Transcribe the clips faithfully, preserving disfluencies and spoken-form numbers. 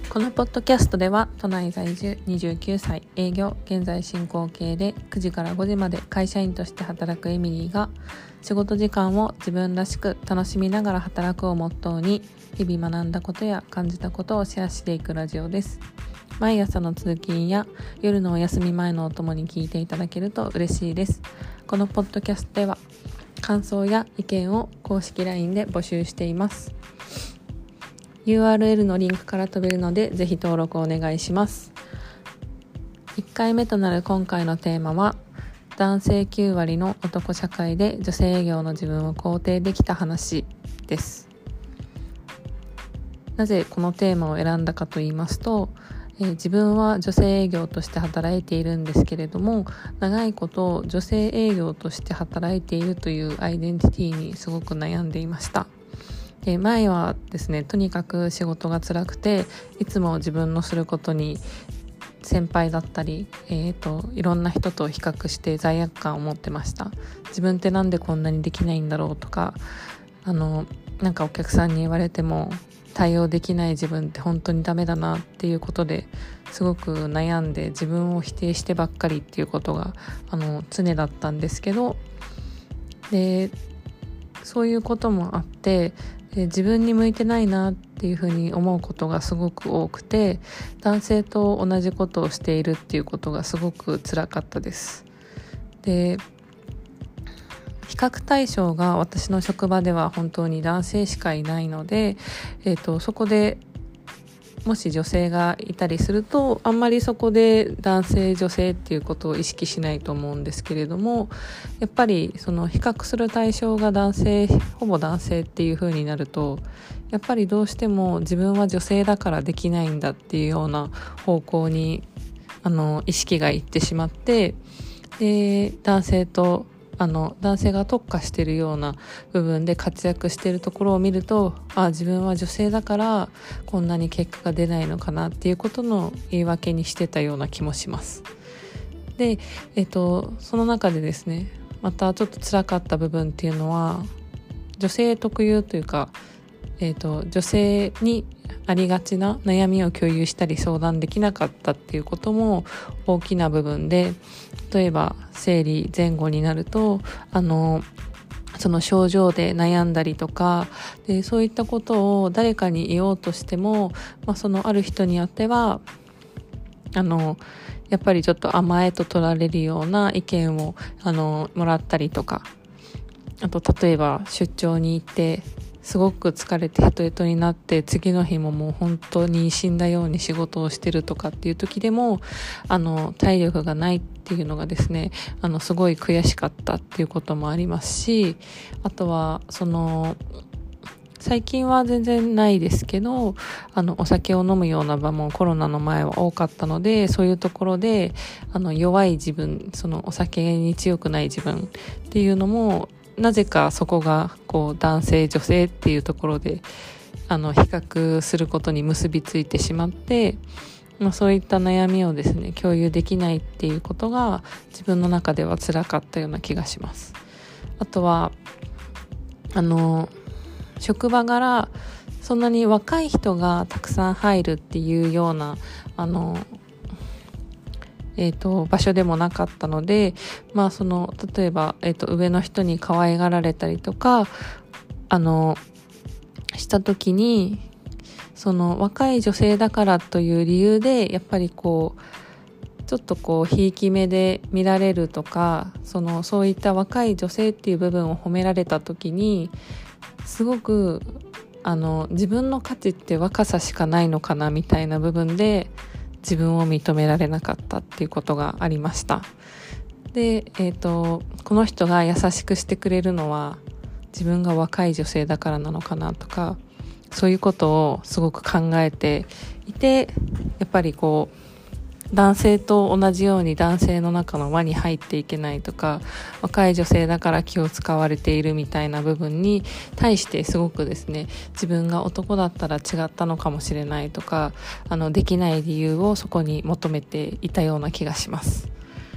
このポッドキャストでは都内在住にじゅうきゅうさい営業現在進行形でくじからごじまで会社員として働くエミリーが仕事時間を自分らしく楽しみながら働くをモットーに日々学んだことや感じたことをシェアしていくラジオです。毎朝の通勤や夜のお休み前のお供に聞いていただけると嬉しいです。このポッドキャストでは感想や意見を公式 ライン で募集しています。ユーアールエル のリンクから飛べるのでぜひ登録お願いします。いっかいめとなる今回のテーマは男性きゅうわりの男社会で女性営業の自分を肯定できた話です。なぜこのテーマを選んだかと言いますと、えー、自分は女性営業として働いているんですけれども、長いこと女性営業として働いているというアイデンティティにすごく悩んでいました。で前はですね、とにかく仕事が辛くていつも自分のすることに先輩だったり、えーと、いろんな人と比較して罪悪感を持ってました。自分ってなんでこんなにできないんだろうとか、あのなんかお客さんに言われても対応できない自分って本当にダメだなっていうことですごく悩んで、自分を否定してばっかりっていうことがあの常だったんですけど、でそういうこともあって自分に向いてないなっていうふうに思うことがすごく多くて、男性と同じことをしているっていうことがすごく辛かったです。で比較対象が私の職場では本当に男性しかいないので、えーと、そこでもし女性がいたりするとあんまりそこで男性女性っていうことを意識しないと思うんですけれども、やっぱりその比較する対象が男性ほぼ男性っていう風になると、やっぱりどうしても自分は女性だからできないんだっていうような方向にあの意識がいってしまって、で男性とあの男性が特化しているような部分で活躍しているところを見ると、あ自分は女性だからこんなに結果が出ないのかなっていうことの言い訳にしてたような気もします。で、えっと、その中でですね、またちょっと辛かった部分っていうのは女性特有というか、えっと、女性にありがちな悩みを共有したり相談できなかったっていうことも大きな部分で、例えば生理前後になるとあのその症状で悩んだりとかで、そういったことを誰かに言おうとしても、まあ、そのある人によってはあのやっぱりちょっと甘えと取られるような意見をあのもらったりとか、あと例えば出張に行ってすごく疲れてヘトヘトになって次の日ももう本当に死んだように仕事をしてるとかっていう時でもあの体力がないっていうのがですね、あのすごい悔しかったっていうこともありますし、あとはその最近は全然ないですけど、あのお酒を飲むような場もコロナの前は多かったので、そういうところであの弱い自分、そのお酒に強くない自分っていうのもなぜかそこがこう男性女性っていうところであの比較することに結びついてしまって、まあ、そういった悩みをですね共有できないっていうことが自分の中では辛かったような気がします。あとはあの職場柄そんなに若い人がたくさん入るっていうようなあのえーと、場所でもなかったので、まあその例えば、えーと、上の人に可愛がられたりとかあのした時に、その若い女性だからという理由でやっぱりこうちょっとこうひいき目で見られるとか、そのそういった若い女性っていう部分を褒められた時にすごくあの自分の価値って若さしかないのかなみたいな部分で自分を認められなかったっていうことがありました。で、えーと、この人が優しくしてくれるのは自分が若い女性だからなのかなとか、そういうことをすごく考えていて、やっぱりこう男性と同じように男性の中の輪に入っていけないとか、若い女性だから気を使われているみたいな部分に対してすごくですね、自分が男だったら違ったのかもしれないとか、あのできない理由をそこに求めていたような気がします。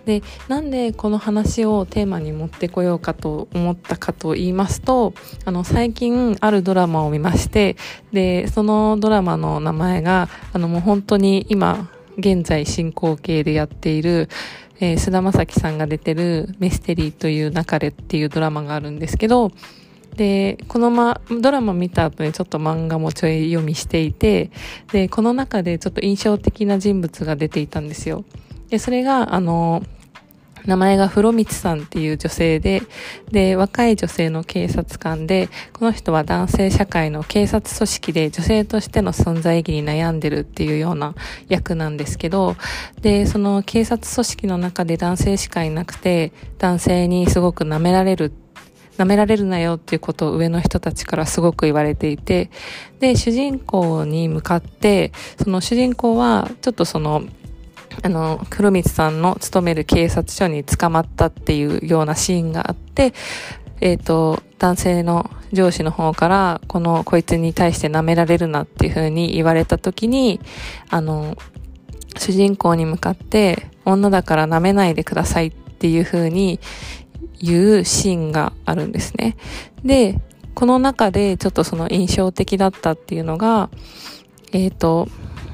で、なんでこの話をテーマに持ってこようかと思ったかと言いますと、あの最近あるドラマを見まして、でそのドラマの名前があのもう本当に今現在進行形でやっている、えー、菅田将暉さんが出てるミステリーという流れっていうドラマがあるんですけど、でこの、ま、ドラマ見た後にちょっと漫画もちょい読みしていて、でこの中でちょっと印象的な人物が出ていたんですよ。でそれがあの名前が風呂光さんっていう女性で、で若い女性の警察官で、この人は男性社会の警察組織で女性としての存在意義に悩んでるっていうような役なんですけど、でその警察組織の中で男性しかいなくて、男性にすごく舐められる舐められるなよっていうことを上の人たちからすごく言われていて、で主人公に向かって、その主人公はちょっとそのあの黒光さんの勤める警察署に捕まったっていうようなシーンがあって、えっと男性の上司の方からこのこいつに対して舐められるなっていう風に言われた時に、あの主人公に向かって女だから舐めないでくださいっていう風に言うシーンがあるんですね。でこの中でちょっとその印象的だったっていうのが、えっと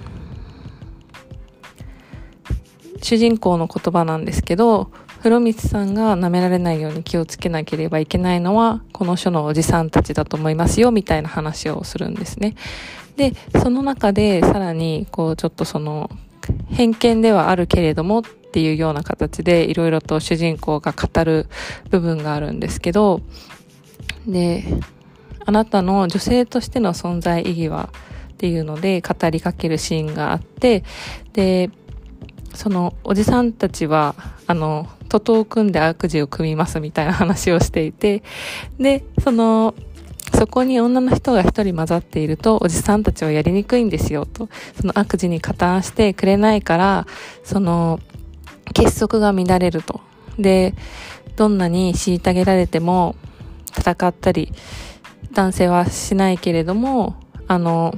主人公の言葉なんですけど、風呂光さんが舐められないように気をつけなければいけないのはこの署のおじさんたちだと思いますよみたいな話をするんですね。でその中でさらにこうちょっとその偏見ではあるけれどもっていうような形でいろいろと主人公が語る部分があるんですけど、であなたの女性としての存在意義はっていうので語りかけるシーンがあって、でそのおじさんたちはあの徒党を組んで悪事を組みますみたいな話をしていて、でそのそこに女の人が一人混ざっているとおじさんたちはやりにくいんですよと、その悪事に加担してくれないからその結束が乱れると、でどんなに虐げられても戦ったり男性はしないけれども、あの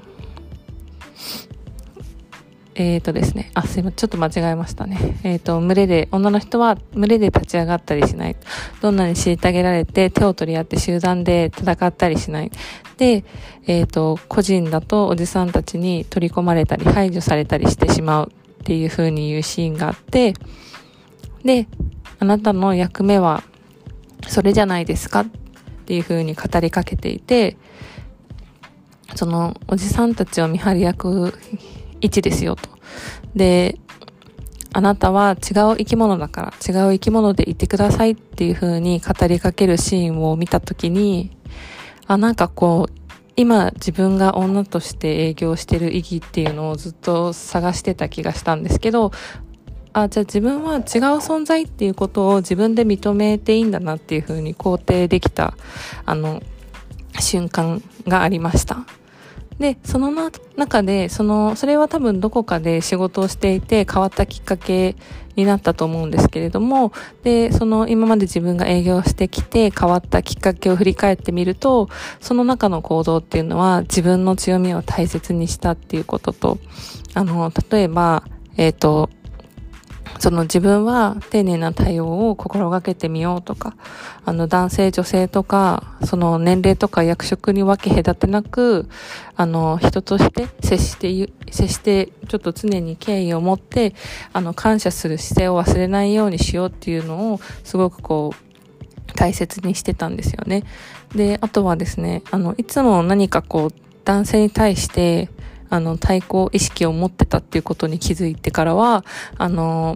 えーとですね、あ、すいません、ちょっと間違えましたね。えーと、群れで、女の人は群れで立ち上がったりしない。どんなに虐げられて手を取り合って集団で戦ったりしない。で、えーと、個人だとおじさんたちに取り込まれたり排除されたりしてしまうっていう風に言うシーンがあって、で、あなたの役目はそれじゃないですかっていう風に語りかけていて、そのおじさんたちを見張り役位置ですよと。で、あなたは違う生き物だから違う生き物でいてくださいっていう風に語りかけるシーンを見たときに、あ、なんかこう今自分が女として営業してる意義っていうのをずっと探してた気がしたんですけど、あ、じゃあ自分は違う存在っていうことを自分で認めていいんだなっていう風に肯定できたあの瞬間がありました。で、その中で、その、それは多分どこかで仕事をしていて変わったきっかけになったと思うんですけれども、で、その今まで自分が営業してきて変わったきっかけを振り返ってみると、その中の行動っていうのは自分の強みを大切にしたっていうことと、あの、例えば、えっと、その自分は丁寧な対応を心がけてみようとか、あの男性女性とかその年齢とか役職に分け隔てなく、あの人として接して接してちょっと常に敬意を持ってあの感謝する姿勢を忘れないようにしようっていうのをすごくこう大切にしてたんですよね。で、あとはですね、あのいつも何かこう男性に対してあの対抗意識を持ってたっていうことに気づいてからは、あの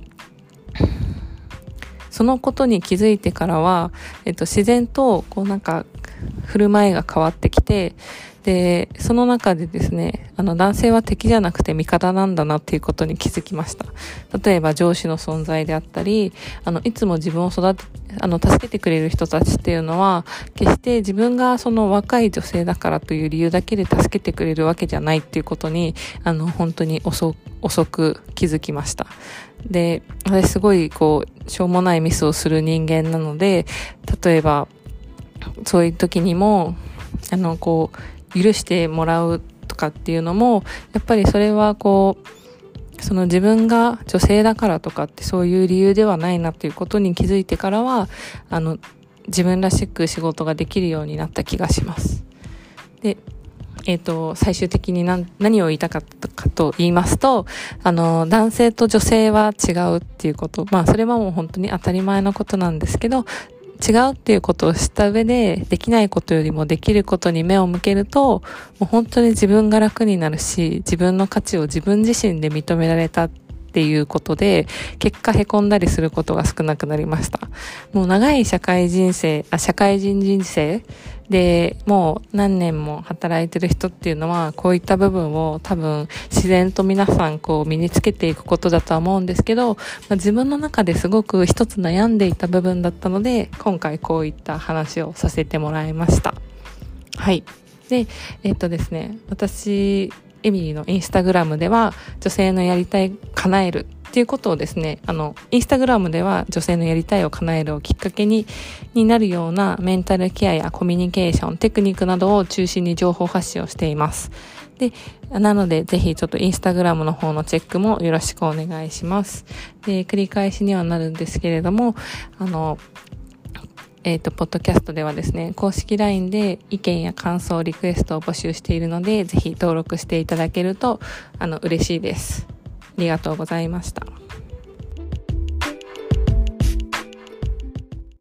そのことに気づいてからは、えっと、自然とこうなんか振る舞いが変わってきて、でその中でですね、あの男性は敵じゃなくて味方なんだなっていうことに気づきました。例えば上司の存在であったり、あのいつも自分を育てあの助けてくれる人たちっていうのは決して自分がその若い女性だからという理由だけで助けてくれるわけじゃないっていうことにあの本当に遅遅く気づきました。で、私すごいこうしょうもないミスをする人間なので、例えばそういう時にもあのこう許してもらうとかっていうのもやっぱりそれはこうその自分が女性だからとかってそういう理由ではないなっていうことに気づいてからは、あの、自分らしく仕事ができるようになった気がします。で、えっと、最終的に何、何を言いたかったかと言いますと、あの、男性と女性は違うっていうこと、まあ、それはもう本当に当たり前のことなんですけど、違うっていうことを知った上で、できないことよりもできることに目を向けると、もう本当に自分が楽になるし、自分の価値を自分自身で認められたっていうことで、結果へこんだりすることが少なくなりました。もう長い社会人生、あ、社会人人生でもう何年も働いてる人っていうのは、こういった部分を多分自然と皆さんこう身につけていくことだとは思うんですけど、まあ、自分の中ですごく一つ悩んでいた部分だったので、今回こういった話をさせてもらいました。はい。で、えっとですね、私、エミリーのインスタグラムでは女性のやりたい叶えるっていうことをですね、あの、インスタグラムでは女性のやりたいを叶えるをきっかけに、になるようなメンタルケアやコミュニケーション、テクニックなどを中心に情報発信をしています。で、なのでぜひちょっとインスタグラムの方のチェックもよろしくお願いします。で、繰り返しにはなるんですけれども、あの、えっと、ポッドキャストではですね、公式 ライン で意見や感想、リクエストを募集しているので、ぜひ登録していただけると、あの、嬉しいです。ありがとうございました。